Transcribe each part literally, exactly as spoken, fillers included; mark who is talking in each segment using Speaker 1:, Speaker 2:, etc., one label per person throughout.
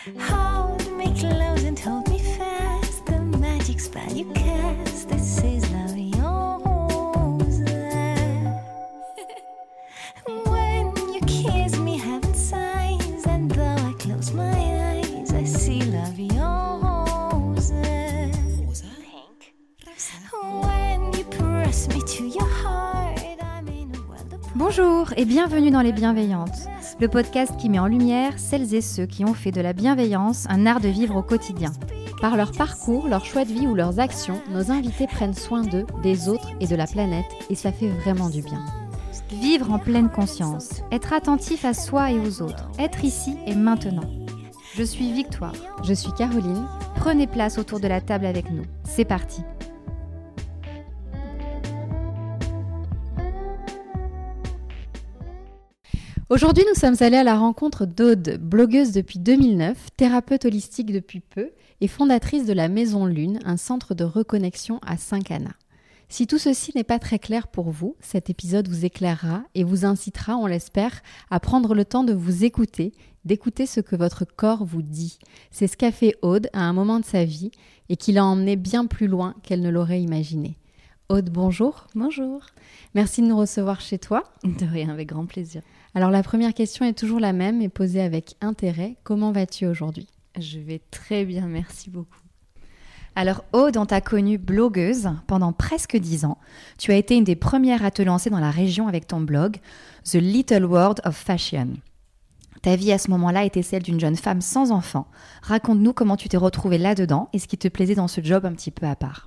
Speaker 1: Hold me close and hold me fast. The magic spell you cast. This is la vie en rose. When you kiss me, heaven sighs, and though I close my eyes, I see la vie en rose. Pink. When you press me to your heart, I'm in a world of...
Speaker 2: Bonjour et bienvenue dans Les Bienveillantes, le podcast qui met en lumière celles et ceux qui ont fait de la bienveillance un art de vivre au quotidien. Par leur parcours, leur choix de vie ou leurs actions, nos invités prennent soin d'eux, des autres et de la planète, et ça fait vraiment du bien. Vivre en pleine conscience, être attentif à soi et aux autres, être ici et maintenant. Je suis Victoire.
Speaker 3: Je suis Caroline.
Speaker 2: Prenez place autour de la table avec nous. C'est parti.
Speaker 3: Aujourd'hui, nous sommes allés à la rencontre d'Aude, blogueuse depuis deux mille neuf, thérapeute holistique depuis peu et fondatrice de la Maison Lune, un centre de reconnexion à Saint-Cana. Si tout ceci n'est pas très clair pour vous, cet épisode vous éclairera et vous incitera, on l'espère, à prendre le temps de vous écouter, d'écouter ce que votre corps vous dit. C'est ce qu'a fait Aude à un moment de sa vie et qui l'a emmenée bien plus loin qu'elle ne l'aurait imaginé. Aude, bonjour.
Speaker 4: Bonjour.
Speaker 3: Merci de nous recevoir chez toi.
Speaker 4: De rien, avec grand plaisir.
Speaker 3: Alors la première question est toujours la même et posée avec intérêt. Comment vas-tu aujourd'hui ?
Speaker 4: Je vais très bien, merci beaucoup.
Speaker 2: Alors Aude, on t'a connue blogueuse pendant presque dix ans. Tu as été une des premières à te lancer dans la région avec ton blog The Little World of Fashion. Ta vie à ce moment-là était celle d'une jeune femme sans enfant. Raconte-nous comment tu t'es retrouvée là-dedans et ce qui te plaisait dans ce job un petit peu à part.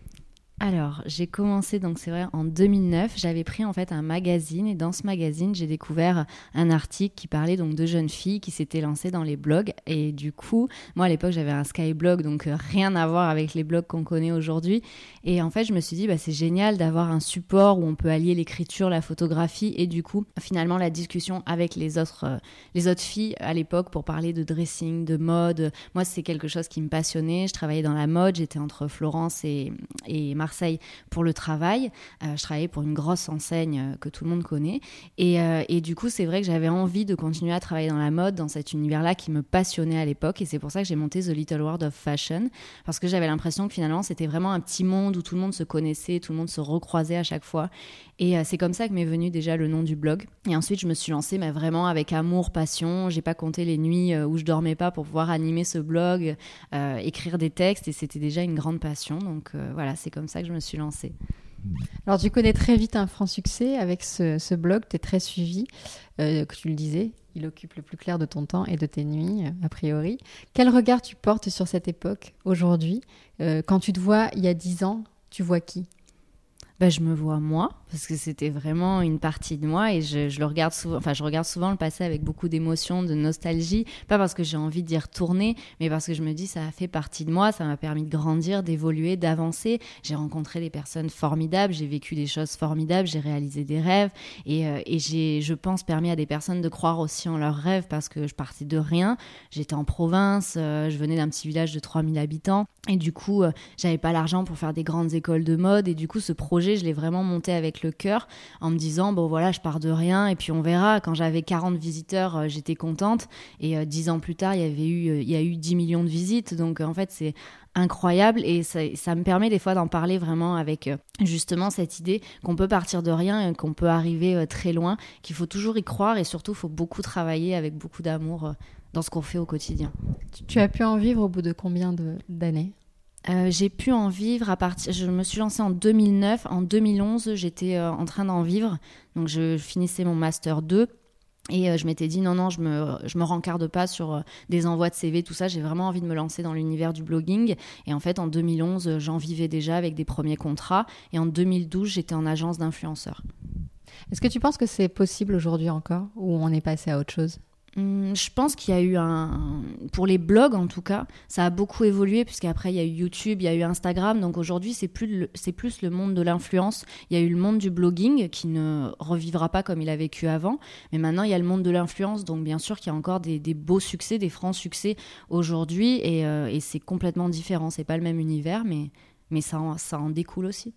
Speaker 4: Alors, j'ai commencé, donc c'est vrai, en deux mille neuf. J'avais pris en fait un magazine et dans ce magazine, j'ai découvert un article qui parlait donc de jeunes filles qui s'étaient lancées dans les blogs. Et du coup, moi à l'époque, j'avais un Skyblog, donc euh, rien à voir avec les blogs qu'on connaît aujourd'hui. Et en fait, je me suis dit, bah, c'est génial d'avoir un support où on peut allier l'écriture, la photographie et du coup, finalement, la discussion avec les autres, euh, les autres filles à l'époque pour parler de dressing, de mode. Moi, c'est quelque chose qui me passionnait. Je travaillais dans la mode, j'étais entre Florence et, et Marseille. Marseille pour le travail. Euh, je travaillais pour une grosse enseigne euh, que tout le monde connaît. Et, euh, et du coup, c'est vrai que j'avais envie de continuer à travailler dans la mode, dans cet univers-là qui me passionnait à l'époque. Et c'est pour ça que j'ai monté The Little World of Fashion, parce que j'avais l'impression que finalement, c'était vraiment un petit monde où tout le monde se connaissait, tout le monde se recroisait à chaque fois. Et euh, c'est comme ça que m'est venu déjà le nom du blog. Et ensuite, je me suis lancée mais vraiment avec amour, passion. J'ai pas compté les nuits euh, où je dormais pas pour pouvoir animer ce blog, euh, écrire des textes. Et c'était déjà une grande passion. Donc euh, voilà, c'est comme ça que je me suis lancée.
Speaker 3: Alors tu connais très vite un franc succès avec ce, ce blog, tu es très suivi, euh, que tu le disais, il occupe le plus clair de ton temps et de tes nuits, a priori. Quel regard tu portes sur cette époque, aujourd'hui ? euh, Quand tu te vois il y a dix ans, tu vois qui ?
Speaker 4: Ben, je me vois moi, parce que c'était vraiment une partie de moi et je, je le regarde souvent, enfin, je regarde souvent le passé avec beaucoup d'émotion, de nostalgie, pas parce que j'ai envie d'y retourner, mais parce que je me dis ça a fait partie de moi, ça m'a permis de grandir, d'évoluer, d'avancer. J'ai rencontré des personnes formidables, j'ai vécu des choses formidables, j'ai réalisé des rêves et, euh, et j'ai, je pense, permis à des personnes de croire aussi en leurs rêves parce que je partais de rien. J'étais en province, euh, je venais d'un petit village de trois mille habitants et du coup, euh, j'avais pas l'argent pour faire des grandes écoles de mode et du coup, ce projet, je l'ai vraiment monté avec le cœur en me disant bon voilà, je pars de rien et puis on verra. Quand j'avais quarante visiteurs, euh, j'étais contente et euh, dix ans plus tard il y avait eu euh, il y a eu dix millions de visites, donc euh, en fait c'est incroyable et ça, ça me permet des fois d'en parler vraiment avec euh, justement cette idée qu'on peut partir de rien et qu'on peut arriver euh, très loin, qu'il faut toujours y croire et surtout il faut beaucoup travailler avec beaucoup d'amour euh, dans ce qu'on fait au quotidien.
Speaker 3: Tu, tu as pu en vivre au bout de combien de, d'années ?
Speaker 4: Euh, j'ai pu en vivre à partir... Je me suis lancée en deux mille neuf. En deux mille onze, j'étais euh, en train d'en vivre. Donc, je finissais mon Master deux. Et euh, je m'étais dit, non, non, je me, je me rencarde pas sur euh, des envois de C V, tout ça. J'ai vraiment envie de me lancer dans l'univers du blogging. Et en fait, en deux mille onze, euh, j'en vivais déjà avec des premiers contrats. Et en deux mille douze, j'étais en agence d'influenceurs.
Speaker 3: Est-ce que tu penses que c'est possible aujourd'hui encore, ou on est passé à autre chose ?
Speaker 4: Je pense qu'il y a eu un... Pour les blogs, en tout cas, ça a beaucoup évolué, puisqu'après, il y a eu YouTube, il y a eu Instagram. Donc aujourd'hui, c'est plus, le... c'est plus le monde de l'influence. Il y a eu le monde du blogging qui ne revivra pas comme il a vécu avant. Mais maintenant, il y a le monde de l'influence. Donc bien sûr qu'il y a encore des, des beaux succès, des francs succès aujourd'hui. Et, euh, et c'est complètement différent. C'est pas le même univers, mais, mais ça, en, ça en découle aussi.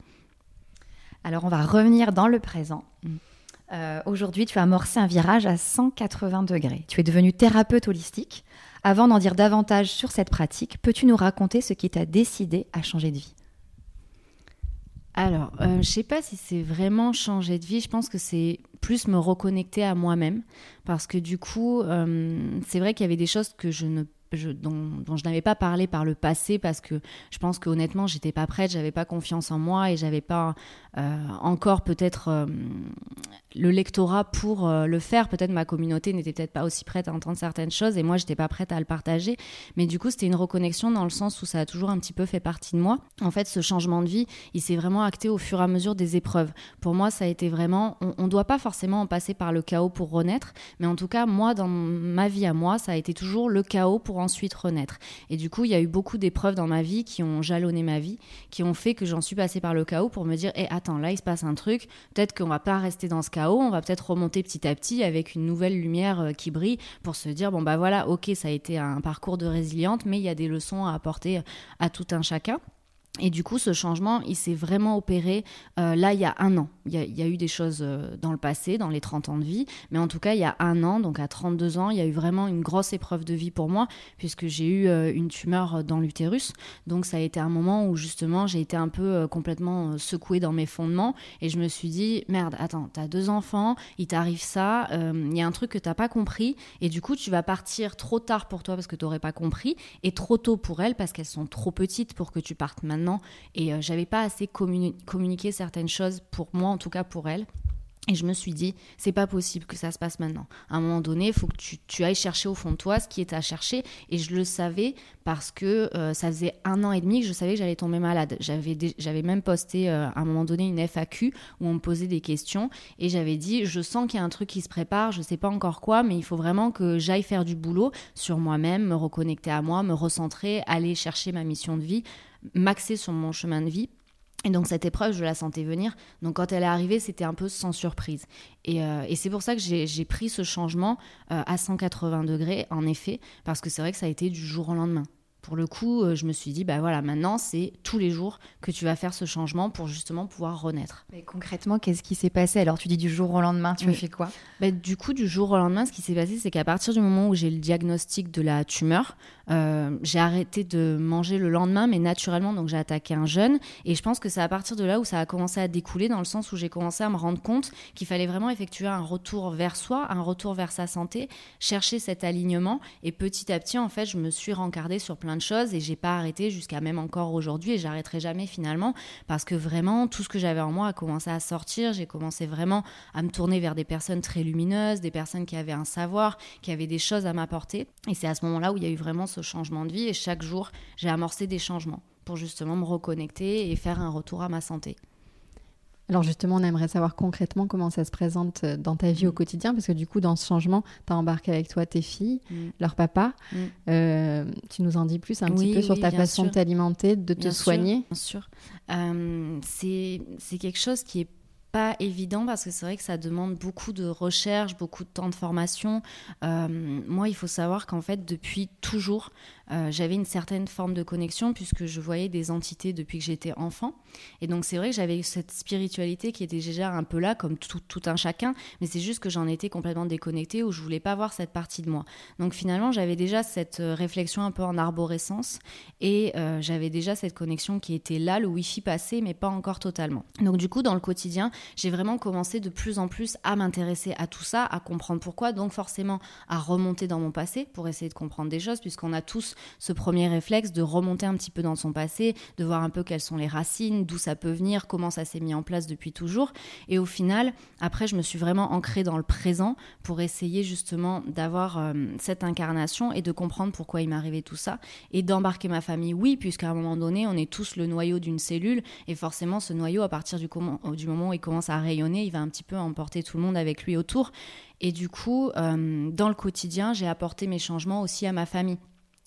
Speaker 2: Alors, on va revenir dans le présent. Mmh. Euh, aujourd'hui, tu as amorcé un virage à cent quatre-vingts degrés. Tu es devenue thérapeute holistique. Avant d'en dire davantage sur cette pratique, peux-tu nous raconter ce qui t'a décidé à changer de vie ?
Speaker 4: Alors, euh, je ne sais pas si c'est vraiment changer de vie. Je pense que c'est plus me reconnecter à moi-même. Parce que du coup, euh, c'est vrai qu'il y avait des choses que je ne Je, dont, dont je n'avais pas parlé par le passé parce que je pense qu'honnêtement j'étais pas prête, j'avais pas confiance en moi et j'avais pas euh, encore peut-être euh, le lectorat pour euh, le faire. Peut-être ma communauté n'était peut-être pas aussi prête à entendre certaines choses et moi j'étais pas prête à le partager, mais du coup c'était une reconnexion dans le sens où ça a toujours un petit peu fait partie de moi. En fait, ce changement de vie il s'est vraiment acté au fur et à mesure des épreuves. Pour moi ça a été vraiment, on, on doit pas forcément en passer par le chaos pour renaître, mais en tout cas moi dans ma vie à moi ça a été toujours le chaos pour ensuite renaître. Et du coup, il y a eu beaucoup d'épreuves dans ma vie qui ont jalonné ma vie, qui ont fait que j'en suis passée par le chaos pour me dire hey, attends, là, il se passe un truc, peut-être qu'on va pas rester dans ce chaos, on va peut-être remonter petit à petit avec une nouvelle lumière qui brille pour se dire bon bah voilà, ok, ça a été un parcours de résiliente, mais il y a des leçons à apporter à tout un chacun. Et du coup, ce changement, il s'est vraiment opéré euh, là, il y a un an. Il y a, il y a eu des choses euh, dans le passé, dans les trente ans de vie, mais en tout cas, il y a un an, donc à trente-deux ans, il y a eu vraiment une grosse épreuve de vie pour moi, puisque j'ai eu euh, une tumeur dans l'utérus. Donc ça a été un moment où justement, j'ai été un peu euh, complètement euh, secouée dans mes fondements, et je me suis dit, merde, attends, t'as deux enfants, il t'arrive ça, il euh, y a un truc que t'as pas compris, et du coup, tu vas partir trop tard pour toi parce que t'aurais pas compris, et trop tôt pour elles parce qu'elles sont trop petites pour que tu partes maintenant. Et euh, j'avais pas assez communi- communiqué certaines choses pour moi, en tout cas pour elle. Et je me suis dit, c'est pas possible que ça se passe maintenant. À un moment donné, il faut que tu, tu ailles chercher au fond de toi ce qui est à chercher. Et je le savais parce que euh, ça faisait un an et demi que je savais que j'allais tomber malade. J'avais, dé- j'avais même posté euh, à un moment donné une F A Q où on me posait des questions. Et j'avais dit, je sens qu'il y a un truc qui se prépare, je sais pas encore quoi, mais il faut vraiment que j'aille faire du boulot sur moi-même, me reconnecter à moi, me recentrer, aller chercher ma mission de vie, m'axer sur mon chemin de vie. Et donc cette épreuve, je la sentais venir. Donc quand elle est arrivée, c'était un peu sans surprise. Et, euh, et c'est pour ça que j'ai, j'ai pris ce changement euh, à cent quatre-vingts degrés, en effet, parce que c'est vrai que ça a été du jour au lendemain. Pour le coup, euh, je me suis dit, bah voilà, maintenant, c'est tous les jours que tu vas faire ce changement pour justement pouvoir renaître.
Speaker 2: Mais concrètement, qu'est-ce qui s'est passé ? Alors, tu dis du jour au lendemain, tu
Speaker 4: oui.
Speaker 2: as fait quoi ?
Speaker 4: Bah, du coup, du jour au lendemain, ce qui s'est passé, c'est qu'à partir du moment où j'ai le diagnostic de la tumeur, euh, j'ai arrêté de manger le lendemain, mais naturellement, donc j'ai attaqué un jeûne. Et je pense que c'est à partir de là où ça a commencé à découler, dans le sens où j'ai commencé à me rendre compte qu'il fallait vraiment effectuer un retour vers soi, un retour vers sa santé, chercher cet alignement. Et petit à petit, en fait, je me suis rencardée sur plein de choses et j'ai pas arrêté jusqu'à même encore aujourd'hui, et j'arrêterai jamais finalement, parce que vraiment, tout ce que j'avais en moi a commencé à sortir. J'ai commencé vraiment à me tourner vers des personnes très lumineuses, des personnes qui avaient un savoir, qui avaient des choses à m'apporter. Et c'est à ce moment-là où il y a eu vraiment ce changement de vie. Et chaque jour, j'ai amorcé des changements pour justement me reconnecter et faire un retour à ma santé.
Speaker 3: Alors justement, on aimerait savoir concrètement comment ça se présente dans ta vie mmh. au quotidien, parce que du coup, dans ce changement, tu as embarqué avec toi tes filles, mmh. leur papa. Mmh. Euh, tu nous en dis plus un oui, petit peu sur oui, ta façon sûr. de t'alimenter, de bien te sûr, soigner.
Speaker 4: Bien sûr. Euh, c'est, c'est quelque chose qui est pas évident, parce que c'est vrai que ça demande beaucoup de recherche, beaucoup de temps de formation. Euh, moi, il faut savoir qu'en fait, depuis toujours, euh, j'avais une certaine forme de connexion, puisque je voyais des entités depuis que j'étais enfant. Et donc, c'est vrai que j'avais cette spiritualité qui était déjà un peu là, comme tout, tout un chacun, mais c'est juste que j'en étais complètement déconnectée, où je voulais pas voir cette partie de moi. Donc, finalement, j'avais déjà cette réflexion un peu en arborescence, et euh, j'avais déjà cette connexion qui était là, le Wi-Fi passé, mais pas encore totalement. Donc, du coup, dans le quotidien, j'ai vraiment commencé de plus en plus à m'intéresser à tout ça, à comprendre pourquoi, donc forcément à remonter dans mon passé pour essayer de comprendre des choses, puisqu'on a tous ce premier réflexe de remonter un petit peu dans son passé, de voir un peu quelles sont les racines, d'où ça peut venir, comment ça s'est mis en place depuis toujours. Et au final, après, je me suis vraiment ancrée dans le présent pour essayer justement d'avoir euh, cette incarnation et de comprendre pourquoi il m'arrivait tout ça, et d'embarquer ma famille, oui, puisqu'à un moment donné, on est tous le noyau d'une cellule, et forcément, ce noyau, à partir du, com- du moment où il commence à rayonner, il va un petit peu emporter tout le monde avec lui autour. Et du coup, euh, dans le quotidien, j'ai apporté mes changements aussi à ma famille.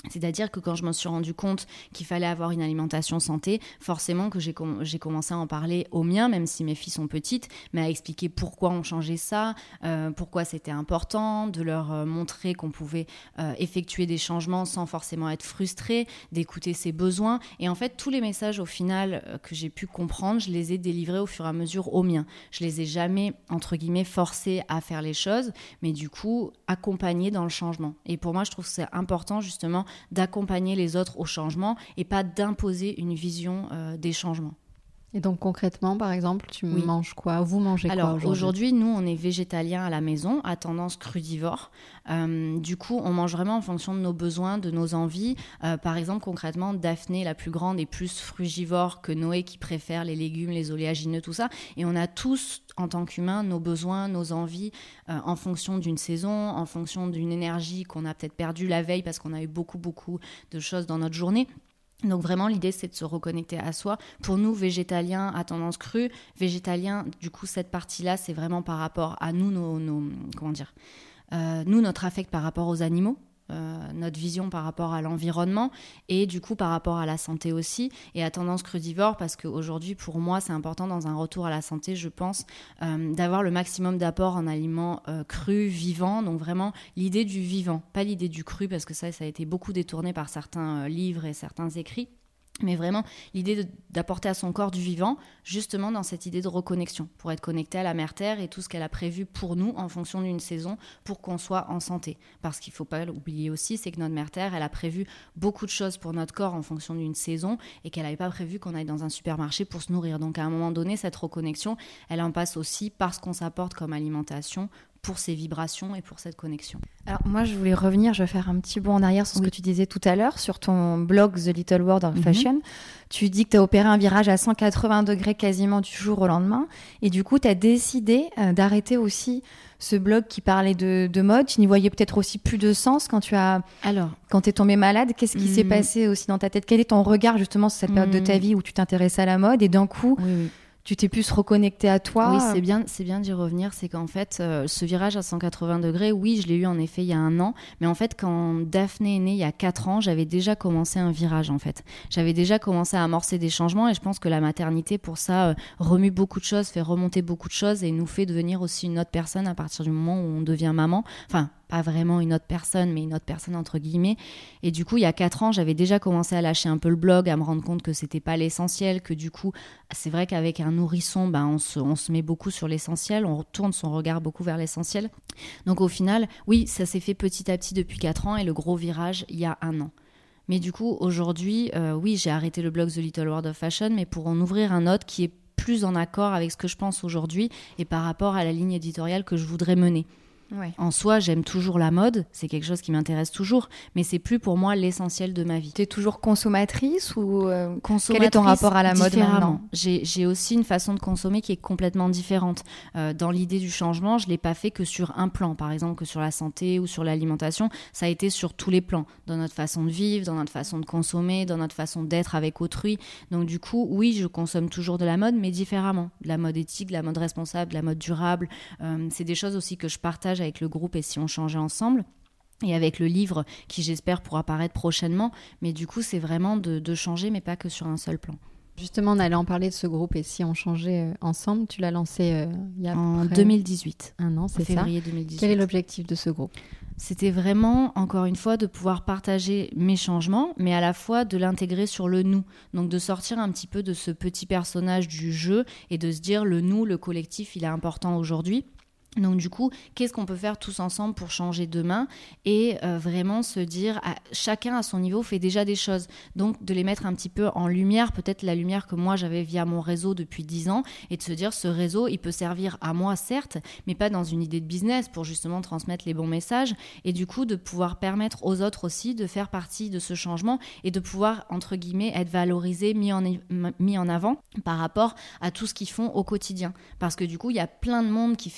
Speaker 4: C'est-à-dire que quand je me suis rendu compte qu'il fallait avoir une alimentation santé, forcément que j'ai, com- j'ai commencé à en parler aux miens, même si mes filles sont petites, mais à expliquer pourquoi on changeait ça, euh, pourquoi c'était important, de leur euh, montrer qu'on pouvait euh, effectuer des changements sans forcément être frustré, d'écouter ses besoins. Et en fait, tous les messages au final euh, que j'ai pu comprendre, je les ai délivrés au fur et à mesure aux miens. Je les ai jamais, entre guillemets, forcés à faire les choses, mais du coup, accompagnés dans le changement. Et pour moi, je trouve que c'est important justement d'accompagner les autres au changement et pas d'imposer une vision euh, des changements.
Speaker 3: Et donc concrètement, par exemple, tu
Speaker 4: Oui.
Speaker 3: manges quoi ? Vous mangez
Speaker 4: Alors,
Speaker 3: quoi aujourd'hui ?
Speaker 4: aujourd'hui, nous, on est végétalien à la maison, à tendance crudivore. Euh, du coup, on mange vraiment en fonction de nos besoins, de nos envies. Euh, par exemple, concrètement, Daphné, la plus grande, est plus frugivore que Noé, qui préfère les légumes, les oléagineux, tout ça. Et on a tous, en tant qu'humains, nos besoins, nos envies, euh, en fonction d'une saison, en fonction d'une énergie qu'on a peut-être perdue la veille parce qu'on a eu beaucoup, beaucoup de choses dans notre journée. Donc vraiment, l'idée, c'est de se reconnecter à soi. Pour nous, végétaliens à tendance crue, végétaliens, du coup, cette partie-là, c'est vraiment par rapport à nous, nos, nos comment dire, euh, nous, notre affect par rapport aux animaux, euh, notre vision par rapport à l'environnement et du coup par rapport à la santé aussi, et à tendance crudivore parce qu'aujourd'hui, pour moi, c'est important dans un retour à la santé, je pense, euh, d'avoir le maximum d'apport en aliments euh, crus, vivants. Donc vraiment, l'idée du vivant, pas l'idée du cru, parce que ça, ça a été beaucoup détourné par certains euh, livres et certains écrits. Mais vraiment, l'idée de, d'apporter à son corps du vivant, justement dans cette idée de reconnexion, pour être connecté à la Mère Terre et tout ce qu'elle a prévu pour nous en fonction d'une saison, pour qu'on soit en santé. Parce qu'il ne faut pas l'oublier aussi, c'est que notre Mère Terre, elle a prévu beaucoup de choses pour notre corps en fonction d'une saison et qu'elle n'avait pas prévu qu'on aille dans un supermarché pour se nourrir. Donc à un moment donné, cette reconnexion, elle en passe aussi par ce qu'on s'apporte comme alimentation, pour ces vibrations et pour cette connexion.
Speaker 2: Alors moi, je voulais revenir, je vais faire un petit bond en arrière sur ce
Speaker 4: Oui.
Speaker 2: que tu disais tout à l'heure, sur ton blog The Little World of
Speaker 4: Mhm.
Speaker 2: Fashion. Tu dis que tu as opéré un virage à cent quatre-vingts degrés quasiment du jour au lendemain. Et du coup, tu as décidé euh, d'arrêter aussi ce blog qui parlait de, de mode. Tu n'y voyais peut-être aussi plus de sens quand tu as,
Speaker 4: Alors,
Speaker 2: quand t'es tombée malade. Qu'est-ce qui
Speaker 4: Mhm.
Speaker 2: s'est passé aussi dans ta tête ? Quel est ton regard justement sur cette période de
Speaker 4: Mhm.
Speaker 2: ta vie où tu t'intéressais à la mode et d'un coup,
Speaker 4: oui, oui.
Speaker 2: tu t'es plus reconnecté à toi ?
Speaker 4: Oui, c'est bien, c'est bien d'y revenir. C'est qu'en fait, euh, ce virage à cent quatre-vingts degrés, oui, je l'ai eu en effet il y a un an. Mais en fait, quand Daphné est née il y a quatre ans, j'avais déjà commencé un virage en fait. J'avais déjà commencé à amorcer des changements et je pense que la maternité, pour ça, euh, remue beaucoup de choses, fait remonter beaucoup de choses et nous fait devenir aussi une autre personne à partir du moment où on devient maman. Enfin, pas vraiment une autre personne, mais une autre personne entre guillemets. Et du coup, il y a quatre ans, j'avais déjà commencé à lâcher un peu le blog, à me rendre compte que c'était pas l'essentiel, que du coup, c'est vrai qu'avec un nourrisson, ben, on se, on se met beaucoup sur l'essentiel, on retourne son regard beaucoup vers l'essentiel. Donc au final, oui, ça s'est fait petit à petit depuis quatre ans et le gros virage, il y a un an. Mais du coup, aujourd'hui, euh, oui, j'ai arrêté le blog The Little World of Fashion, mais pour en ouvrir un autre qui est plus en accord avec ce que je pense aujourd'hui et par rapport à la ligne éditoriale que je voudrais mener.
Speaker 2: Ouais.
Speaker 4: En soi, j'aime toujours la mode, c'est quelque chose qui m'intéresse toujours, mais c'est plus pour moi l'essentiel de ma vie.
Speaker 2: Tu es toujours consommatrice ou euh,
Speaker 4: Consommatrice,
Speaker 2: quel est ton rapport à la mode
Speaker 4: différemment.
Speaker 2: maintenant ?
Speaker 4: J'ai, j'ai aussi une façon de consommer qui est complètement différente. Euh, dans l'idée du changement, je ne l'ai pas fait que sur un plan, par exemple que sur la santé ou sur l'alimentation, ça a été sur tous les plans, dans notre façon de vivre, dans notre façon de consommer, dans notre façon d'être avec autrui. Donc du coup, oui, je consomme toujours de la mode, mais différemment. De la mode éthique, de la mode responsable, de la mode durable. Euh, c'est des choses aussi que je partage avec le groupe et si on changeait ensemble. Et avec le livre qui, j'espère, pourra paraître prochainement. Mais du coup, c'est vraiment de, de changer, mais pas que sur un seul plan.
Speaker 3: Justement, on allait en parler de ce groupe et si on changeait euh, ensemble, tu l'as lancé euh, il y a
Speaker 4: En
Speaker 3: près
Speaker 4: deux mille dix-huit.
Speaker 3: un an, c'est ça.
Speaker 4: Février deux mille dix-huit.
Speaker 3: Quel est l'objectif de ce groupe ?
Speaker 4: C'était vraiment, encore une fois, de pouvoir partager mes changements, mais à la fois de l'intégrer sur le nous. Donc de sortir un petit peu de ce petit personnage du jeu et de se dire le nous, le collectif, il est important aujourd'hui. Donc du coup, qu'est-ce qu'on peut faire tous ensemble pour changer demain et euh, vraiment se dire, à, chacun à son niveau fait déjà des choses. Donc de les mettre un petit peu en lumière, peut-être la lumière que moi j'avais via mon réseau depuis dix ans et de se dire, ce réseau, il peut servir à moi certes, mais pas dans une idée de business pour justement transmettre les bons messages et du coup de pouvoir permettre aux autres aussi de faire partie de ce changement et de pouvoir, entre guillemets, être valorisés, mis en, mis en avant par rapport à tout ce qu'ils font au quotidien. Parce que du coup, il y a plein de monde qui fait plein de choses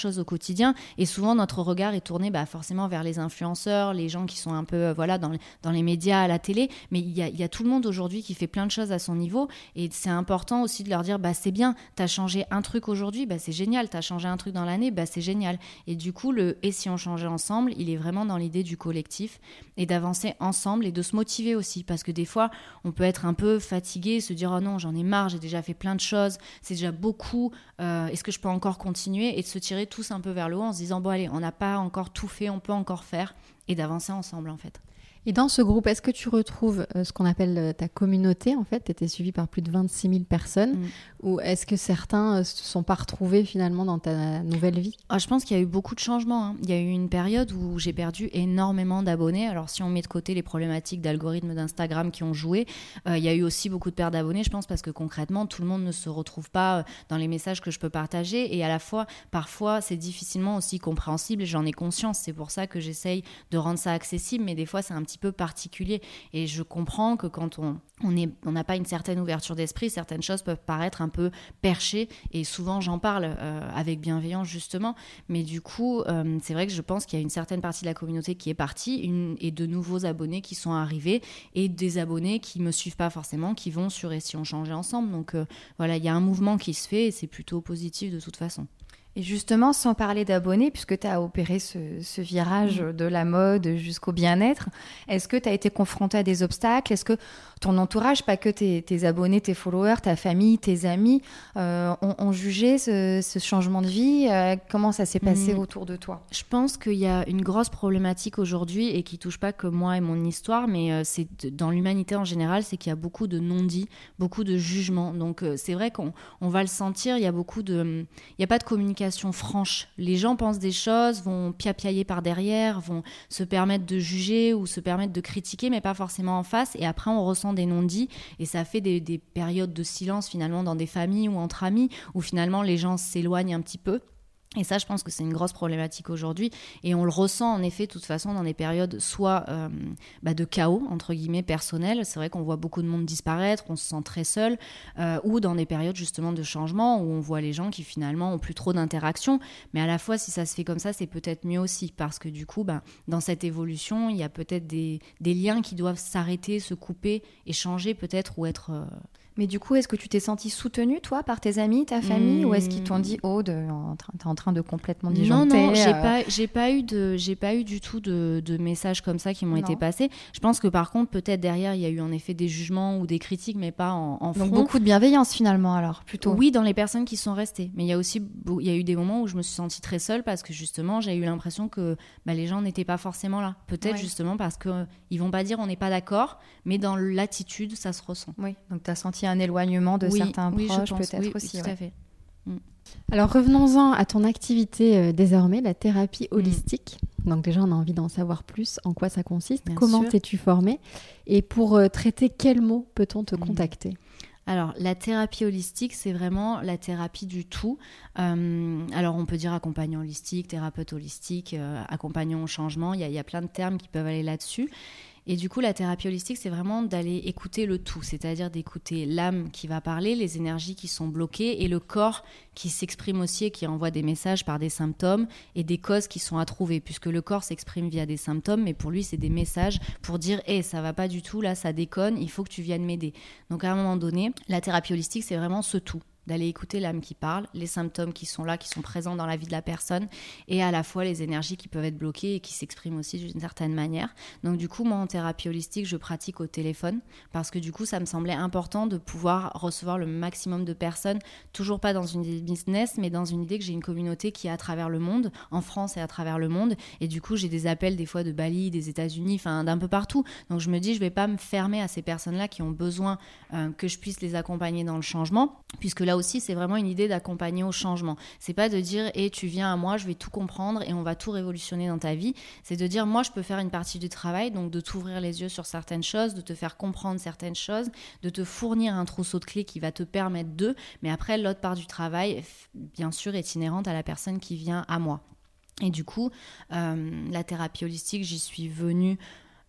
Speaker 4: choses au quotidien. Et souvent, notre regard est tourné bah, forcément vers les influenceurs, les gens qui sont un peu euh, voilà, dans, dans les médias, à la télé. Mais il y a, il y a tout le monde aujourd'hui qui fait plein de choses à son niveau. Et c'est important aussi de leur dire, bah, c'est bien, t'as changé un truc aujourd'hui, bah, c'est génial. T'as changé un truc dans l'année, bah, c'est génial. Et du coup, le « et si on changeait ensemble », il est vraiment dans l'idée du collectif et d'avancer ensemble et de se motiver aussi. Parce que des fois, on peut être un peu fatigué, se dire « oh non, j'en ai marre, j'ai déjà fait plein de choses, c'est déjà beaucoup, euh, est-ce que je peux encore continuer ?» et de se tirer tous un peu vers le haut en se disant « bon allez, on n'a pas encore tout fait, on peut encore faire » et d'avancer ensemble en fait.
Speaker 3: Et dans ce groupe, est-ce que tu retrouves euh, ce qu'on appelle euh, ta communauté en fait? Tu étais suivie par plus de vingt-six mille personnes. Mmh. Ou est-ce que certains ne euh, se sont pas retrouvés finalement dans ta nouvelle vie?
Speaker 4: Ah, je pense qu'il y a eu beaucoup de changements. Hein. Il y a eu une période où j'ai perdu énormément d'abonnés. Alors si on met de côté les problématiques d'algorithmes d'Instagram qui ont joué, euh, il y a eu aussi beaucoup de pertes d'abonnés, je pense, parce que concrètement, tout le monde ne se retrouve pas euh, dans les messages que je peux partager. Et à la fois, parfois, c'est difficilement aussi compréhensible et j'en ai conscience. C'est pour ça que j'essaye de rendre ça accessible, mais des fois, c'est un petit peu particulier et je comprends que quand on on est on n'a pas une certaine ouverture d'esprit, certaines choses peuvent paraître un peu perchées et souvent j'en parle euh, avec bienveillance justement, mais du coup euh, c'est vrai que je pense qu'il y a une certaine partie de la communauté qui est partie une, et de nouveaux abonnés qui sont arrivés et des abonnés qui me suivent pas forcément, qui vont sur « et si on changeait ensemble », donc euh, voilà, il y a un mouvement qui se fait et c'est plutôt positif de toute façon.
Speaker 2: Et justement, sans parler d'abonnés, puisque tu as opéré ce, ce virage mmh. de la mode jusqu'au bien-être, est-ce que tu as été confrontée à des obstacles? Est-ce que ton entourage, pas que tes, tes abonnés, tes followers, ta famille, tes amis, euh, ont, ont jugé ce, ce changement de vie? euh, Comment ça s'est passé mmh. autour de toi?
Speaker 4: Je pense qu'il y a une grosse problématique aujourd'hui et qui touche pas que moi et mon histoire, mais euh, c'est de, dans l'humanité en général, c'est qu'il y a beaucoup de non-dits, beaucoup de jugements. Donc euh, c'est vrai qu'on on va le sentir, il y a beaucoup de... Il n'y a pas de communication franche. Les gens pensent des choses, vont piapiailler par derrière, vont se permettre de juger ou se permettre de critiquer, mais pas forcément en face. Et après, on ressent des non-dits et ça fait des, des périodes de silence finalement dans des familles ou entre amis où finalement les gens s'éloignent un petit peu. Et ça, je pense que c'est une grosse problématique aujourd'hui. Et on le ressent, en effet, de toute façon, dans des périodes soit euh, bah, de chaos, entre guillemets, personnel. C'est vrai qu'on voit beaucoup de monde disparaître, on se sent très seul. Euh, ou dans des périodes, justement, de changement, où on voit les gens qui, finalement, ont plus trop d'interaction. Mais à la fois, si ça se fait comme ça, c'est peut-être mieux aussi. Parce que, du coup, bah, dans cette évolution, il y a peut-être des, des liens qui doivent s'arrêter, se couper, et changer peut-être, ou être... Euh,
Speaker 2: Mais du coup, est-ce que tu t'es sentie soutenue, toi, par tes amis, ta famille, mmh. ou est-ce qu'ils t'ont dit « Oh, de, en train, t'es en train de complètement disjoncter »
Speaker 4: Non, non, j'ai
Speaker 2: euh...
Speaker 4: pas, j'ai pas eu de, j'ai pas eu du tout de, de messages comme ça qui m'ont non. été passés. Je pense que par contre, peut-être derrière, il y a eu en effet des jugements ou des critiques, mais pas en, en front.
Speaker 2: Donc beaucoup de bienveillance finalement, alors, plutôt.
Speaker 4: Oui, dans les personnes qui sont restées. Mais il y a aussi, il y a eu des moments où je me suis sentie très seule parce que justement, j'ai eu l'impression que bah, les gens n'étaient pas forcément là. Peut-être ouais. justement parce que ils vont pas dire on n'est pas d'accord, mais dans l'attitude, ça se ressent.
Speaker 2: Oui. Donc tu as senti un éloignement de
Speaker 4: oui,
Speaker 2: certains
Speaker 4: oui,
Speaker 2: proches,
Speaker 4: pense,
Speaker 2: peut-être
Speaker 4: oui,
Speaker 2: aussi.
Speaker 4: Oui, tout
Speaker 2: ouais.
Speaker 4: à fait. Mm.
Speaker 3: Alors revenons-en à ton activité euh, désormais, la thérapie holistique. Mmh. Donc déjà on a envie d'en savoir plus, en quoi ça consiste, Bien comment sûr. T'es-tu formée et pour euh, traiter quels mots peut-on te mmh. contacter?
Speaker 4: Alors, la thérapie holistique, c'est vraiment la thérapie du tout. Euh, alors, on peut dire accompagnant holistique, thérapeute holistique, euh, accompagnant au changement. Il y a, il y a plein de termes qui peuvent aller là-dessus. Et du coup, la thérapie holistique, c'est vraiment d'aller écouter le tout, c'est-à-dire d'écouter l'âme qui va parler, les énergies qui sont bloquées et le corps qui s'exprime aussi et qui envoie des messages par des symptômes et des causes qui sont à trouver, puisque le corps s'exprime via des symptômes, mais pour lui, c'est des messages pour dire « Hé, hey, ça va pas du tout, là, ça déconne, il faut que tu viennes m'aider ». Donc, à un moment donné, la thérapie holistique, c'est vraiment ce tout. D'aller écouter l'âme qui parle, les symptômes qui sont là, qui sont présents dans la vie de la personne, et à la fois les énergies qui peuvent être bloquées et qui s'expriment aussi d'une certaine manière. Donc du coup, moi, en thérapie holistique, je pratique au téléphone, parce que du coup, ça me semblait important de pouvoir recevoir le maximum de personnes, toujours pas dans une idée de business, mais dans une idée que j'ai une communauté qui est à travers le monde, en France et à travers le monde, et du coup, j'ai des appels des fois de Bali, des États-Unis, enfin d'un peu partout. Donc je me dis, je vais pas me fermer à ces personnes-là qui ont besoin euh, que je puisse les accompagner dans le changement, puisque là aussi, c'est vraiment une idée d'accompagner au changement. C'est pas de dire « et hey, tu viens à moi, je vais tout comprendre et on va tout révolutionner dans ta vie ». C'est de dire « moi, je peux faire une partie du travail », donc de t'ouvrir les yeux sur certaines choses, de te faire comprendre certaines choses, de te fournir un trousseau de clés qui va te permettre de, mais après, l'autre part du travail, bien sûr, est inhérente à la personne qui vient à moi. Et du coup, euh, la thérapie holistique, j'y suis venue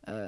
Speaker 4: euh,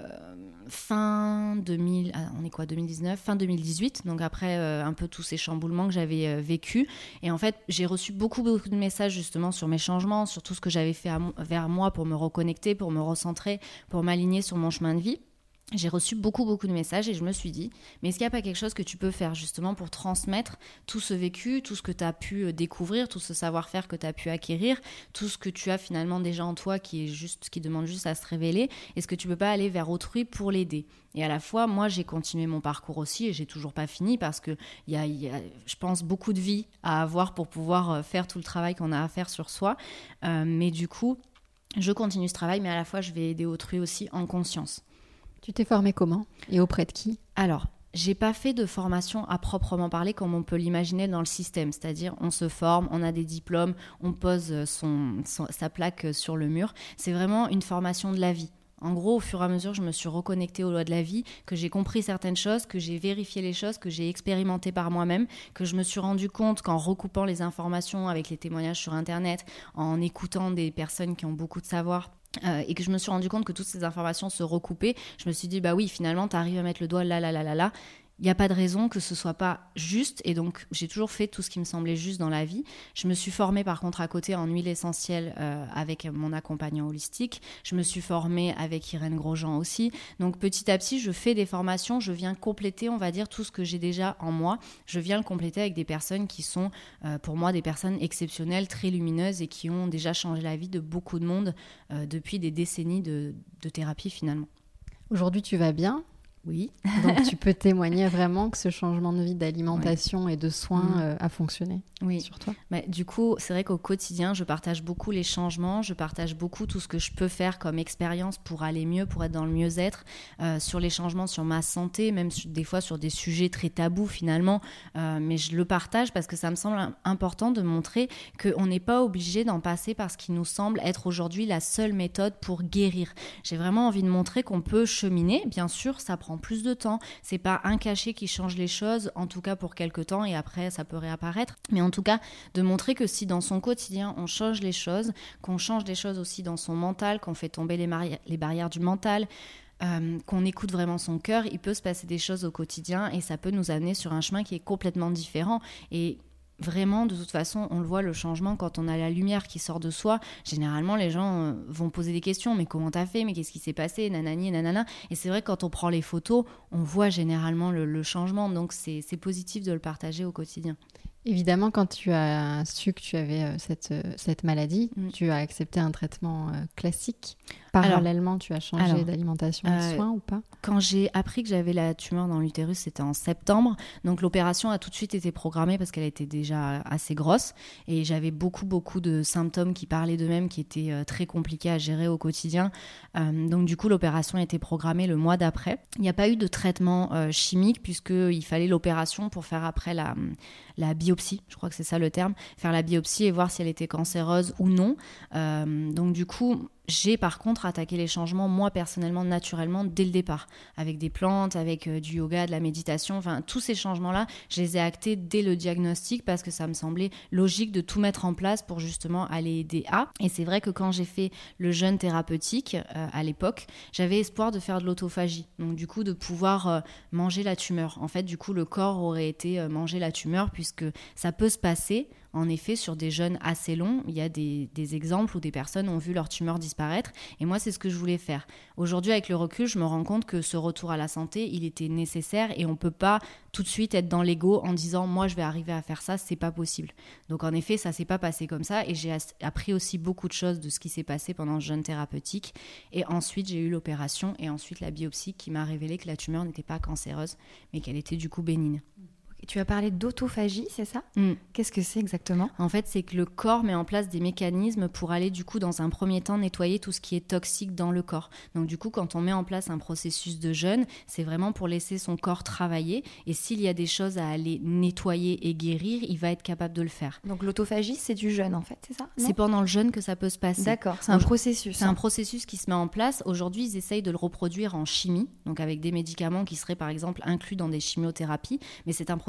Speaker 4: fin deux mille, ah, on est quoi, deux mille dix-neuf, fin deux mille dix-huit, donc après euh, un peu tous ces chamboulements que j'avais euh, vécu. Et en fait, j'ai reçu beaucoup, beaucoup de messages justement sur mes changements, sur tout ce que j'avais fait à, vers moi pour me reconnecter, pour me recentrer, pour m'aligner sur mon chemin de vie. J'ai reçu beaucoup, beaucoup de messages et je me suis dit, mais est-ce qu'il n'y a pas quelque chose que tu peux faire justement pour transmettre tout ce vécu, tout ce que tu as pu découvrir, tout ce savoir-faire que tu as pu acquérir, tout ce que tu as finalement déjà en toi qui, est juste, qui demande juste à se révéler? Est-ce que tu ne peux pas aller vers autrui pour l'aider? Et à la fois, moi, j'ai continué mon parcours aussi et j'ai toujours pas fini parce qu'il y a, y a, je pense, beaucoup de vie à avoir pour pouvoir faire tout le travail qu'on a à faire sur soi. Euh, mais du coup, je continue ce travail, mais à la fois, je vais aider autrui aussi en conscience.
Speaker 3: Tu t'es formée comment et auprès de qui?
Speaker 4: Alors, j'ai pas fait de formation à proprement parler comme on peut l'imaginer dans le système, c'est-à-dire on se forme, on a des diplômes, on pose son, son, sa plaque sur le mur. C'est vraiment une formation de la vie. En gros, au fur et à mesure, je me suis reconnectée aux lois de la vie, que j'ai compris certaines choses, que j'ai vérifié les choses, que j'ai expérimenté par moi-même, que je me suis rendu compte qu'en recoupant les informations avec les témoignages sur Internet, en écoutant des personnes qui ont beaucoup de savoir, Euh, et que je me suis rendu compte que toutes ces informations se recoupaient, je me suis dit, bah oui, finalement, tu arrives à mettre le doigt là, là, là, là, là. Il n'y a pas de raison que ce soit pas juste, et donc j'ai toujours fait tout ce qui me semblait juste dans la vie. Je me suis formée par contre à côté en huile essentielle euh, avec mon accompagnant holistique. Je me suis formée avec Irène Grosjean aussi. Donc petit à petit, je fais des formations, je viens compléter, on va dire, tout ce que j'ai déjà en moi. Je viens le compléter avec des personnes qui sont, euh, pour moi, des personnes exceptionnelles, très lumineuses et qui ont déjà changé la vie de beaucoup de monde euh, depuis des décennies de, de thérapie finalement.
Speaker 3: Aujourd'hui, tu vas bien ?
Speaker 4: Oui.
Speaker 3: Donc tu peux témoigner vraiment que ce changement de vie, d'alimentation oui. et de soins mmh. euh, a fonctionné
Speaker 4: oui.
Speaker 3: sur toi.
Speaker 4: Bah, du coup, c'est vrai qu'au quotidien, je partage beaucoup les changements, je partage beaucoup tout ce que je peux faire comme expérience pour aller mieux, pour être dans le mieux-être, euh, sur les changements sur ma santé, même sur, des fois sur des sujets très tabous finalement, euh, mais je le partage parce que ça me semble important de montrer qu'on n'est pas obligé d'en passer par ce qui nous semble être aujourd'hui la seule méthode pour guérir. J'ai vraiment envie de montrer qu'on peut cheminer, bien sûr, ça prend plus de temps, c'est pas un cachet qui change les choses, en tout cas pour quelque temps, et après ça peut réapparaître, mais en tout cas de montrer que si dans son quotidien on change les choses, qu'on change les choses aussi dans son mental, qu'on fait tomber les, mari- les barrières du mental, euh, qu'on écoute vraiment son cœur, il peut se passer des choses au quotidien et ça peut nous amener sur un chemin qui est complètement différent. Et vraiment, de toute façon, on le voit, le changement, quand on a la lumière qui sort de soi, généralement, les gens euh, vont poser des questions. Mais comment t'as fait ? Mais qu'est-ce qui s'est passé ? Nanani, nanana. Et c'est vrai que quand on prend les photos, on voit généralement le, le changement. Donc, c'est, c'est positif de le partager au quotidien.
Speaker 3: Évidemment, quand tu as su que tu avais euh, cette, euh, cette maladie, mmh. tu as accepté un traitement euh, classique. Parallèlement, alors, tu as changé alors, d'alimentation et de euh, soins ou pas ?
Speaker 4: Quand j'ai appris que j'avais la tumeur dans l'utérus, c'était en septembre. Donc l'opération a tout de suite été programmée parce qu'elle était déjà assez grosse. Et j'avais beaucoup, beaucoup de symptômes qui parlaient d'eux-mêmes, qui étaient euh, très compliqués à gérer au quotidien. Euh, donc du coup, l'opération a été programmée le mois d'après. Il n'y a pas eu de traitement euh, chimique puisqu'il fallait l'opération pour faire après la, la biopsie. Je crois que c'est ça le terme. Faire la biopsie et voir si elle était cancéreuse ou non. Euh, donc du coup... J'ai par contre attaqué les changements, moi personnellement, naturellement, dès le départ, avec des plantes, avec euh, du yoga, de la méditation, enfin tous ces changements-là, je les ai actés dès le diagnostic parce que ça me semblait logique de tout mettre en place pour justement aller aider à. Et c'est vrai que quand j'ai fait le jeûne thérapeutique euh, à l'époque, j'avais espoir de faire de l'autophagie, donc du coup de pouvoir euh, manger la tumeur. En fait, du coup, le corps aurait été euh, manger la tumeur puisque ça peut se passer. En effet, sur des jeûnes assez longs, il y a des, des exemples où des personnes ont vu leur tumeur disparaître. Et moi, c'est ce que je voulais faire. Aujourd'hui, avec le recul, je me rends compte que ce retour à la santé, il était nécessaire et on ne peut pas tout de suite être dans l'ego en disant « moi, je vais arriver à faire ça », c'est pas possible. Donc en effet, ça ne s'est pas passé comme ça et j'ai appris aussi beaucoup de choses de ce qui s'est passé pendant le jeûne thérapeutique. Et ensuite, j'ai eu l'opération et ensuite la biopsie qui m'a révélé que la tumeur n'était pas cancéreuse, mais qu'elle était du coup bénigne.
Speaker 2: Tu as parlé d'autophagie, c'est ça ?
Speaker 4: mm.
Speaker 2: Qu'est-ce que c'est exactement ?
Speaker 4: En fait, c'est que le corps met en place des mécanismes pour aller du coup dans un premier temps nettoyer tout ce qui est toxique dans le corps. Donc du coup, quand on met en place un processus de jeûne, c'est vraiment pour laisser son corps travailler et s'il y a des choses à aller nettoyer et guérir, il va être capable de le faire.
Speaker 2: Donc l'autophagie, c'est du jeûne en fait, c'est ça ?
Speaker 4: C'est pendant le jeûne que ça peut se passer.
Speaker 2: D'accord, c'est un processus.
Speaker 4: C'est hein. un processus qui se met en place. Aujourd'hui, ils essayent de le reproduire en chimie, donc avec des médicaments qui seraient par exemple inclus dans des chimiothérapies, mais c'est un processus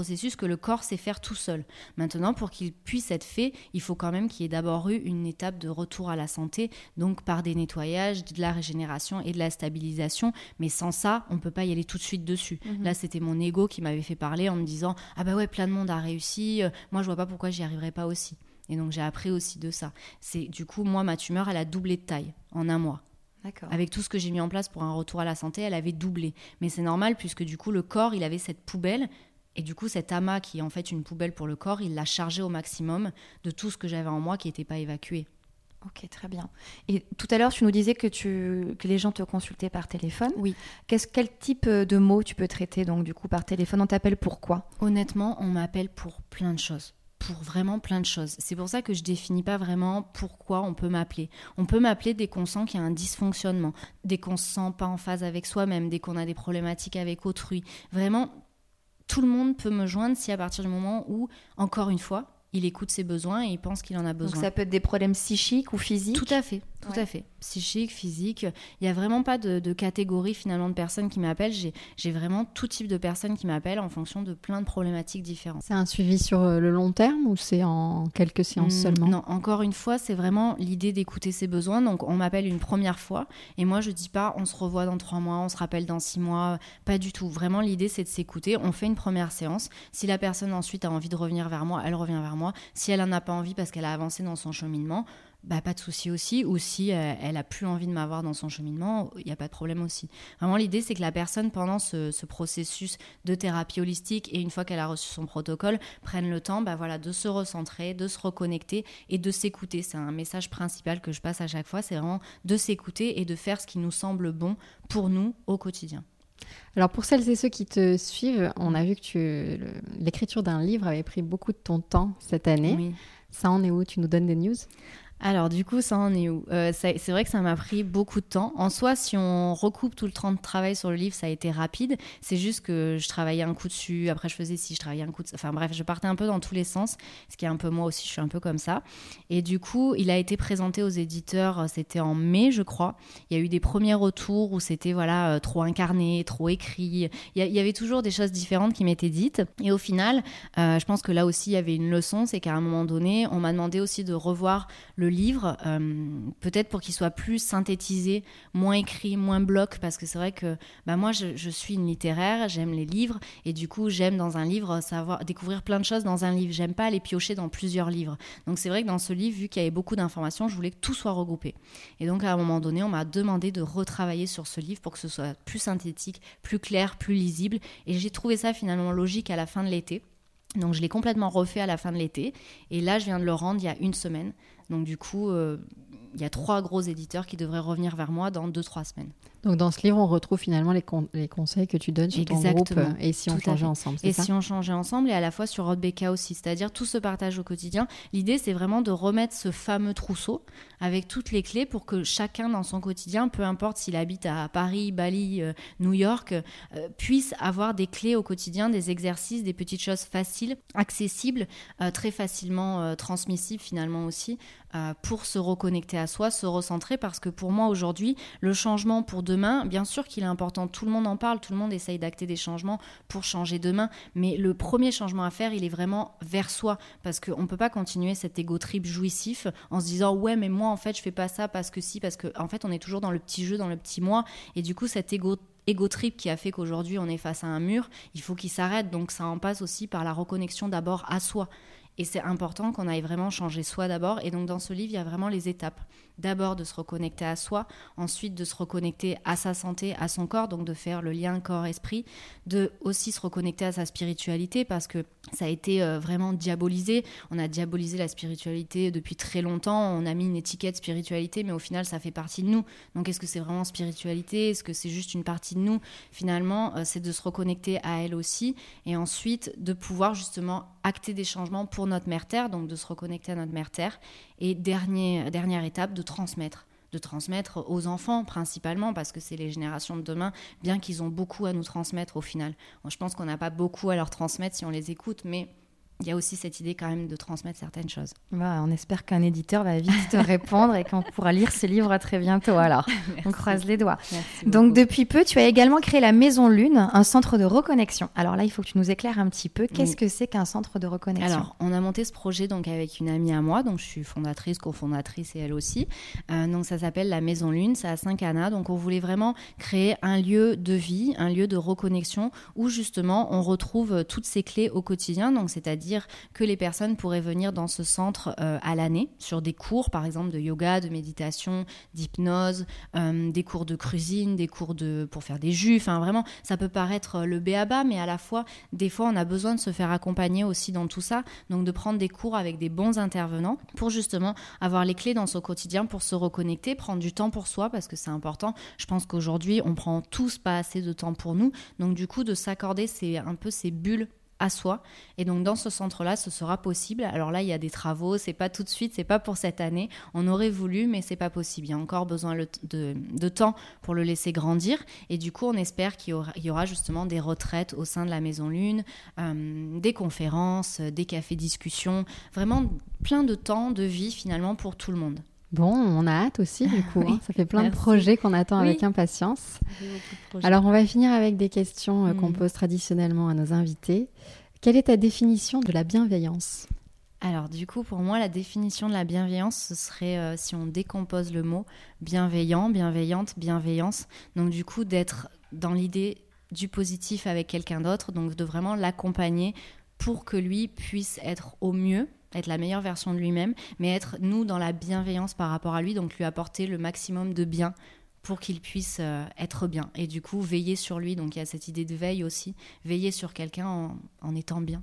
Speaker 4: processus que le corps sait faire tout seul. Maintenant, pour qu'il puisse être fait, il faut quand même qu'il y ait d'abord eu une étape de retour à la santé, donc par des nettoyages, de la régénération et de la stabilisation. Mais sans ça, on ne peut pas y aller tout de suite dessus. Mmh. Là, c'était mon ego qui m'avait fait parler en me disant « Ah bah ouais, plein de monde a réussi, euh, moi je vois pas pourquoi j'y arriverai pas aussi ». Et donc, j'ai appris aussi de ça. C'est, du coup, moi, ma tumeur, elle a doublé de taille en un mois. D'accord. Avec tout ce que j'ai mis en place pour un retour à la santé, elle avait doublé. Mais c'est normal puisque du coup, le corps, il avait cette poubelle. Et du coup, cet amas qui est en fait une poubelle pour le corps, il l'a chargé au maximum de tout ce que j'avais en moi qui n'était pas évacué.
Speaker 2: Ok, très bien. Et tout à l'heure, tu nous disais que, tu, que les gens te consultaient par téléphone.
Speaker 4: Oui.
Speaker 2: Qu'est-ce, quel type de mots tu peux traiter donc, du coup, par téléphone ? On t'appelle pour quoi ?
Speaker 4: Honnêtement, on m'appelle pour plein de choses. Pour vraiment plein de choses. C'est pour ça que je définis pas vraiment pourquoi on peut m'appeler. On peut m'appeler dès qu'on sent qu'il y a un dysfonctionnement, dès qu'on se sent pas en phase avec soi-même, dès qu'on a des problématiques avec autrui. Vraiment, tout le monde peut me joindre si à partir du moment où, encore une fois, il écoute ses besoins et il pense qu'il en a besoin.
Speaker 2: Donc ça peut être des problèmes psychiques ou physiques ?
Speaker 4: Tout à fait, tout ouais. à fait. Psychique, physique. Il n'y a vraiment pas de, de catégorie finalement de personnes qui m'appellent. J'ai, j'ai vraiment tout type de personnes qui m'appellent en fonction de plein de problématiques différentes.
Speaker 3: C'est un suivi sur le long terme ou c'est en quelques séances mmh, seulement ?
Speaker 4: Non, encore une fois, c'est vraiment l'idée d'écouter ses besoins. Donc on m'appelle une première fois et moi je ne dis pas on se revoit dans trois mois, on se rappelle dans six mois. Pas du tout. Vraiment l'idée c'est de s'écouter. On fait une première séance. Si la personne ensuite a envie de revenir vers moi, elle revient vers moi. Si elle n'en a pas envie parce qu'elle a avancé dans son cheminement, bah, pas de souci aussi. Ou si euh, elle n'a plus envie de m'avoir dans son cheminement, il n'y a pas de problème aussi. Vraiment, l'idée, c'est que la personne, pendant ce, ce processus de thérapie holistique et une fois qu'elle a reçu son protocole, prenne le temps bah, voilà, de se recentrer, de se reconnecter et de s'écouter. C'est un message principal que je passe à chaque fois, c'est vraiment de s'écouter et de faire ce qui nous semble bon pour nous au quotidien.
Speaker 3: Alors pour celles et ceux qui te suivent, on a vu que tu, le, l'écriture d'un livre avait pris beaucoup de ton temps cette année.
Speaker 4: Oui.
Speaker 3: Ça en est où ? Tu nous donnes des news ?
Speaker 4: Alors du coup, ça en est où ? euh, ça, C'est vrai que ça m'a pris beaucoup de temps. En soi, si on recoupe tout le temps de travail sur le livre, ça a été rapide. C'est juste que je travaillais un coup dessus, après je faisais ci, je travaillais un coup dessus. Enfin bref, je partais un peu dans tous les sens, ce qui est un peu moi aussi, je suis un peu comme ça. Et du coup, il a été présenté aux éditeurs, c'était en mai, je crois. Il y a eu des premiers retours où c'était voilà, euh, trop incarné, trop écrit. Il y, a, il y avait toujours des choses différentes qui m'étaient dites. Et au final, euh, je pense que là aussi, il y avait une leçon, c'est qu'à un moment donné, on m'a demandé aussi de revoir le livre, euh, peut-être pour qu'il soit plus synthétisé, moins écrit, moins bloc, parce que c'est vrai que bah, moi je, je suis une littéraire, j'aime les livres et du coup j'aime dans un livre savoir découvrir plein de choses dans un livre, j'aime pas aller piocher dans plusieurs livres. Donc c'est vrai que dans ce livre, vu qu'il y avait beaucoup d'informations, je voulais que tout soit regroupé. Et donc à un moment donné, on m'a demandé de retravailler sur ce livre pour que ce soit plus synthétique, plus clair, plus lisible, et j'ai trouvé ça finalement logique à la fin de l'été. Donc je l'ai complètement refait à la fin de l'été et là je viens de le rendre il y a une semaine. Donc du coup, euh, il y a trois gros éditeurs qui devraient revenir vers moi dans deux, trois semaines.
Speaker 3: Donc dans ce livre, on retrouve finalement les, con- les conseils que tu donnes sur
Speaker 4: Exactement.
Speaker 3: ton groupe et si on
Speaker 4: Tout
Speaker 3: changeait ensemble, c'est
Speaker 4: et
Speaker 3: ça ?
Speaker 4: Et si on changeait ensemble et à la fois sur Rodbeka aussi, c'est-à-dire tout ce partage au quotidien. L'idée, c'est vraiment de remettre ce fameux trousseau avec toutes les clés pour que chacun dans son quotidien, peu importe s'il habite à Paris, Bali, euh, New York, euh, puisse avoir des clés au quotidien, des exercices, des petites choses faciles, accessibles, euh, très facilement euh, transmissibles finalement aussi, euh, pour se reconnecter à soi, se recentrer, parce que pour moi aujourd'hui, le changement pour demain, bien sûr qu'il est important, tout le monde en parle, tout le monde essaye d'acter des changements pour changer demain, mais le premier changement à faire, il est vraiment vers soi, parce qu'on ne peut pas continuer cet ego trip jouissif en se disant ouais mais moi en fait je fais pas ça parce que si, parce que en fait on est toujours dans le petit jeu, dans le petit moi, et du coup cet ego ego trip qui a fait qu'aujourd'hui on est face à un mur, il faut qu'il s'arrête. Donc ça en passe aussi par la reconnexion d'abord à soi. Et c'est important qu'on aille vraiment changer soi d'abord. Et donc dans ce livre, il y a vraiment les étapes. D'abord de se reconnecter à soi, ensuite de se reconnecter à sa santé, à son corps, donc de faire le lien corps-esprit, de aussi se reconnecter à sa spiritualité, parce que ça a été euh, vraiment diabolisé. On a diabolisé la spiritualité depuis très longtemps. On a mis une étiquette spiritualité, mais au final, ça fait partie de nous. Donc est-ce que c'est vraiment spiritualité ? Est-ce que c'est juste une partie de nous ? Finalement, euh, c'est de se reconnecter à elle aussi. Et ensuite, de pouvoir justement acter des changements pour notre mère Terre, donc de se reconnecter à notre mère Terre. Et dernier, dernière étape, de transmettre. de transmettre aux enfants principalement, parce que c'est les générations de demain, bien qu'ils ont beaucoup à nous transmettre au final. Bon, je pense qu'on n'a pas beaucoup à leur transmettre si on les écoute, mais il y a aussi cette idée quand même de transmettre certaines choses.
Speaker 2: Bah, on espère qu'un éditeur va vite te répondre et qu'on pourra lire ce livre très bientôt. Alors, on croise les doigts.
Speaker 4: Merci
Speaker 2: Donc,
Speaker 4: beaucoup.
Speaker 2: depuis peu, tu as également créé la Maison Lune, un centre de reconnexion. Alors là, il faut que tu nous éclaires un petit peu. Qu'est-ce
Speaker 4: Oui.
Speaker 2: que c'est qu'un centre de reconnexion ?
Speaker 4: Alors, on a monté ce projet donc avec une amie à moi, donc je suis fondatrice, cofondatrice et elle aussi. Euh, donc ça s'appelle la Maison Lune, c'est à Saint-Cana. Donc on voulait vraiment créer un lieu de vie, un lieu de reconnexion où justement on retrouve toutes ces clés au quotidien. Donc c'est-à-dire que les personnes pourraient venir dans ce centre euh, à l'année sur des cours, par exemple de yoga, de méditation, d'hypnose, euh, des cours de cuisine, des cours de pour faire des jus. Enfin vraiment, ça peut paraître le b a ba, mais à la fois, des fois, on a besoin de se faire accompagner aussi dans tout ça. Donc de prendre des cours avec des bons intervenants pour justement avoir les clés dans son quotidien pour se reconnecter, prendre du temps pour soi parce que c'est important. Je pense qu'aujourd'hui, on prend tous pas assez de temps pour nous. Donc du coup, de s'accorder c'est un peu ces bulles à soi. Et donc dans ce centre-là, ce sera possible. Alors là, il y a des travaux, c'est pas tout de suite, c'est pas pour cette année. On aurait voulu, mais c'est pas possible. Il y a encore besoin le t- de, de temps pour le laisser grandir. Et du coup, on espère qu'il y aura, il y aura justement des retraites au sein de la Maison Lune, euh, des conférences, des cafés-discussions, vraiment plein de temps de vie finalement pour tout le monde.
Speaker 3: Bon, on a hâte aussi du coup.
Speaker 4: Oui,
Speaker 3: hein. Ça fait plein
Speaker 4: merci.
Speaker 3: de projets qu'on attend
Speaker 4: Oui.
Speaker 3: avec impatience. Alors, on va finir avec des questions euh, qu'on
Speaker 4: Mm.
Speaker 3: pose traditionnellement à nos invités. Quelle est ta définition de la bienveillance ?
Speaker 4: Alors du coup, pour moi, la définition de la bienveillance, ce serait, euh, si on décompose le mot, bienveillant, bienveillante, bienveillance. Donc du coup, d'être dans l'idée du positif avec quelqu'un d'autre, donc de vraiment l'accompagner pour que lui puisse être au mieux, être la meilleure version de lui-même, mais être, nous, dans la bienveillance par rapport à lui, donc lui apporter le maximum de bien pour qu'il puisse euh, être bien. Et du coup, veiller sur lui. Donc il y a cette idée de veille aussi, veiller sur quelqu'un en, en étant bien.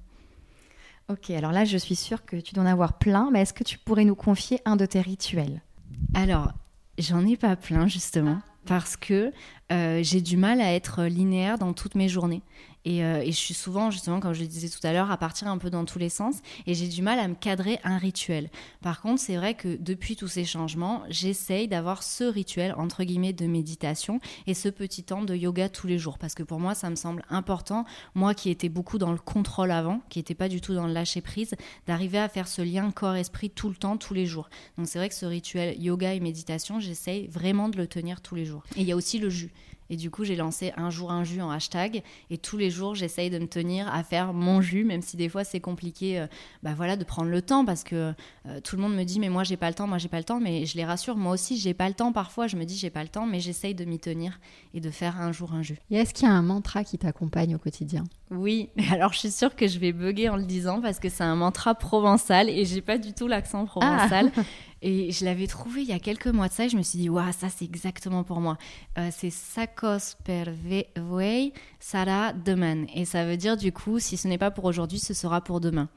Speaker 2: Ok, alors là, je suis sûre que tu dois en avoir plein, mais est-ce que tu pourrais nous confier un de tes rituels ?
Speaker 4: Alors, j'en ai pas plein justement, parce que euh, j'ai du mal à être linéaire dans toutes mes journées. Et, euh, et je suis souvent, justement, comme je le disais tout à l'heure, à partir un peu dans tous les sens. Et j'ai du mal à me cadrer un rituel. Par contre, c'est vrai que depuis tous ces changements, j'essaye d'avoir ce rituel, entre guillemets, de méditation et ce petit temps de yoga tous les jours. Parce que pour moi, ça me semble important, moi qui étais beaucoup dans le contrôle avant, qui n'étais pas du tout dans le lâcher-prise, d'arriver à faire ce lien corps-esprit tout le temps, tous les jours. Donc c'est vrai que ce rituel yoga et méditation, j'essaye vraiment de le tenir tous les jours. Et il y a aussi le jus. Et du coup, j'ai lancé un jour un jus en hashtag et tous les jours, j'essaye de me tenir à faire mon jus, même si des fois, c'est compliqué euh, bah voilà, de prendre le temps parce que euh, tout le monde me dit « mais moi, j'ai pas le temps, moi, j'ai pas le temps ». Mais je les rassure, moi aussi, j'ai pas le temps parfois. Je me dis « j'ai pas le temps », mais j'essaye de m'y tenir et de faire un jour un jus.
Speaker 3: Et est-ce qu'il y a un mantra qui t'accompagne au quotidien ?
Speaker 4: Oui, alors je suis sûre que je vais bugger en le disant parce que c'est un mantra provençal et j'ai pas du tout l'accent provençal. Ah. Et je l'avais trouvé il y a quelques mois de ça et je me suis dit, waouh, ça c'est exactement pour moi. Euh, c'est Sakos per vei, Sara demain. Et ça veut dire du coup, si ce n'est pas pour aujourd'hui, ce sera pour demain.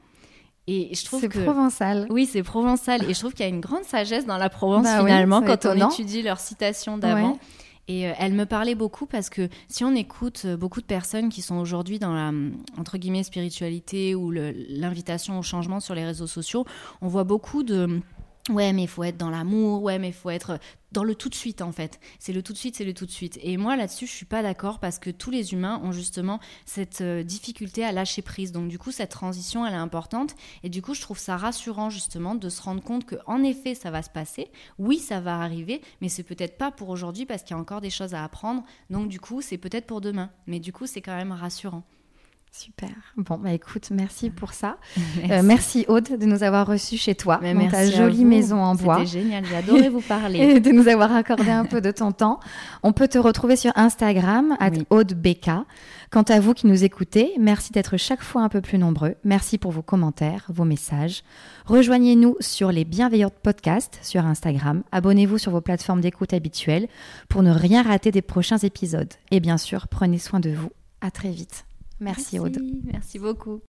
Speaker 4: Et je trouve
Speaker 2: c'est
Speaker 4: que...
Speaker 2: provençal.
Speaker 4: Oui, c'est provençal. Et je trouve qu'il y a une grande sagesse dans la Provence
Speaker 2: bah
Speaker 4: finalement
Speaker 2: oui,
Speaker 4: quand
Speaker 2: étonnant.
Speaker 4: on étudie leurs citations d'avant. Ouais. Et euh, elle me parlait beaucoup parce que si on écoute euh, beaucoup de personnes qui sont aujourd'hui dans la, entre guillemets, spiritualité ou le, l'invitation au changement sur les réseaux sociaux, on voit beaucoup de... Ouais, mais il faut être dans l'amour, ouais, mais il faut être dans le tout de suite, en fait. C'est le tout de suite, c'est le tout de suite. Et moi, là-dessus, je suis pas d'accord parce que tous les humains ont justement cette euh, difficulté à lâcher prise. Donc, du coup, cette transition, elle est importante. Et du coup, je trouve ça rassurant, justement, de se rendre compte qu'en effet, ça va se passer. Oui, ça va arriver, mais c'est peut-être pas pour aujourd'hui parce qu'il y a encore des choses à apprendre. Donc, du coup, c'est peut-être pour demain. Mais du coup, c'est quand même rassurant.
Speaker 2: Super. Bon, bah écoute, merci pour ça.
Speaker 4: Merci,
Speaker 2: euh, merci Aude de nous avoir reçus chez toi,
Speaker 4: mais
Speaker 2: dans ta jolie maison en bois.
Speaker 4: C'était génial, j'ai adoré vous parler.
Speaker 2: Et de nous avoir accordé un peu de ton temps. On peut te retrouver sur Instagram, at
Speaker 4: oui.
Speaker 2: AudeBK. Quant à vous qui nous écoutez, merci d'être chaque fois un peu plus nombreux. Merci pour vos commentaires, vos messages. Rejoignez-nous sur les Bienveillantes Podcasts sur Instagram. Abonnez-vous sur vos plateformes d'écoute habituelles pour ne rien rater des prochains épisodes. Et bien sûr, prenez soin de vous. À très vite. Merci,
Speaker 4: Merci
Speaker 2: Aude.
Speaker 4: Merci beaucoup.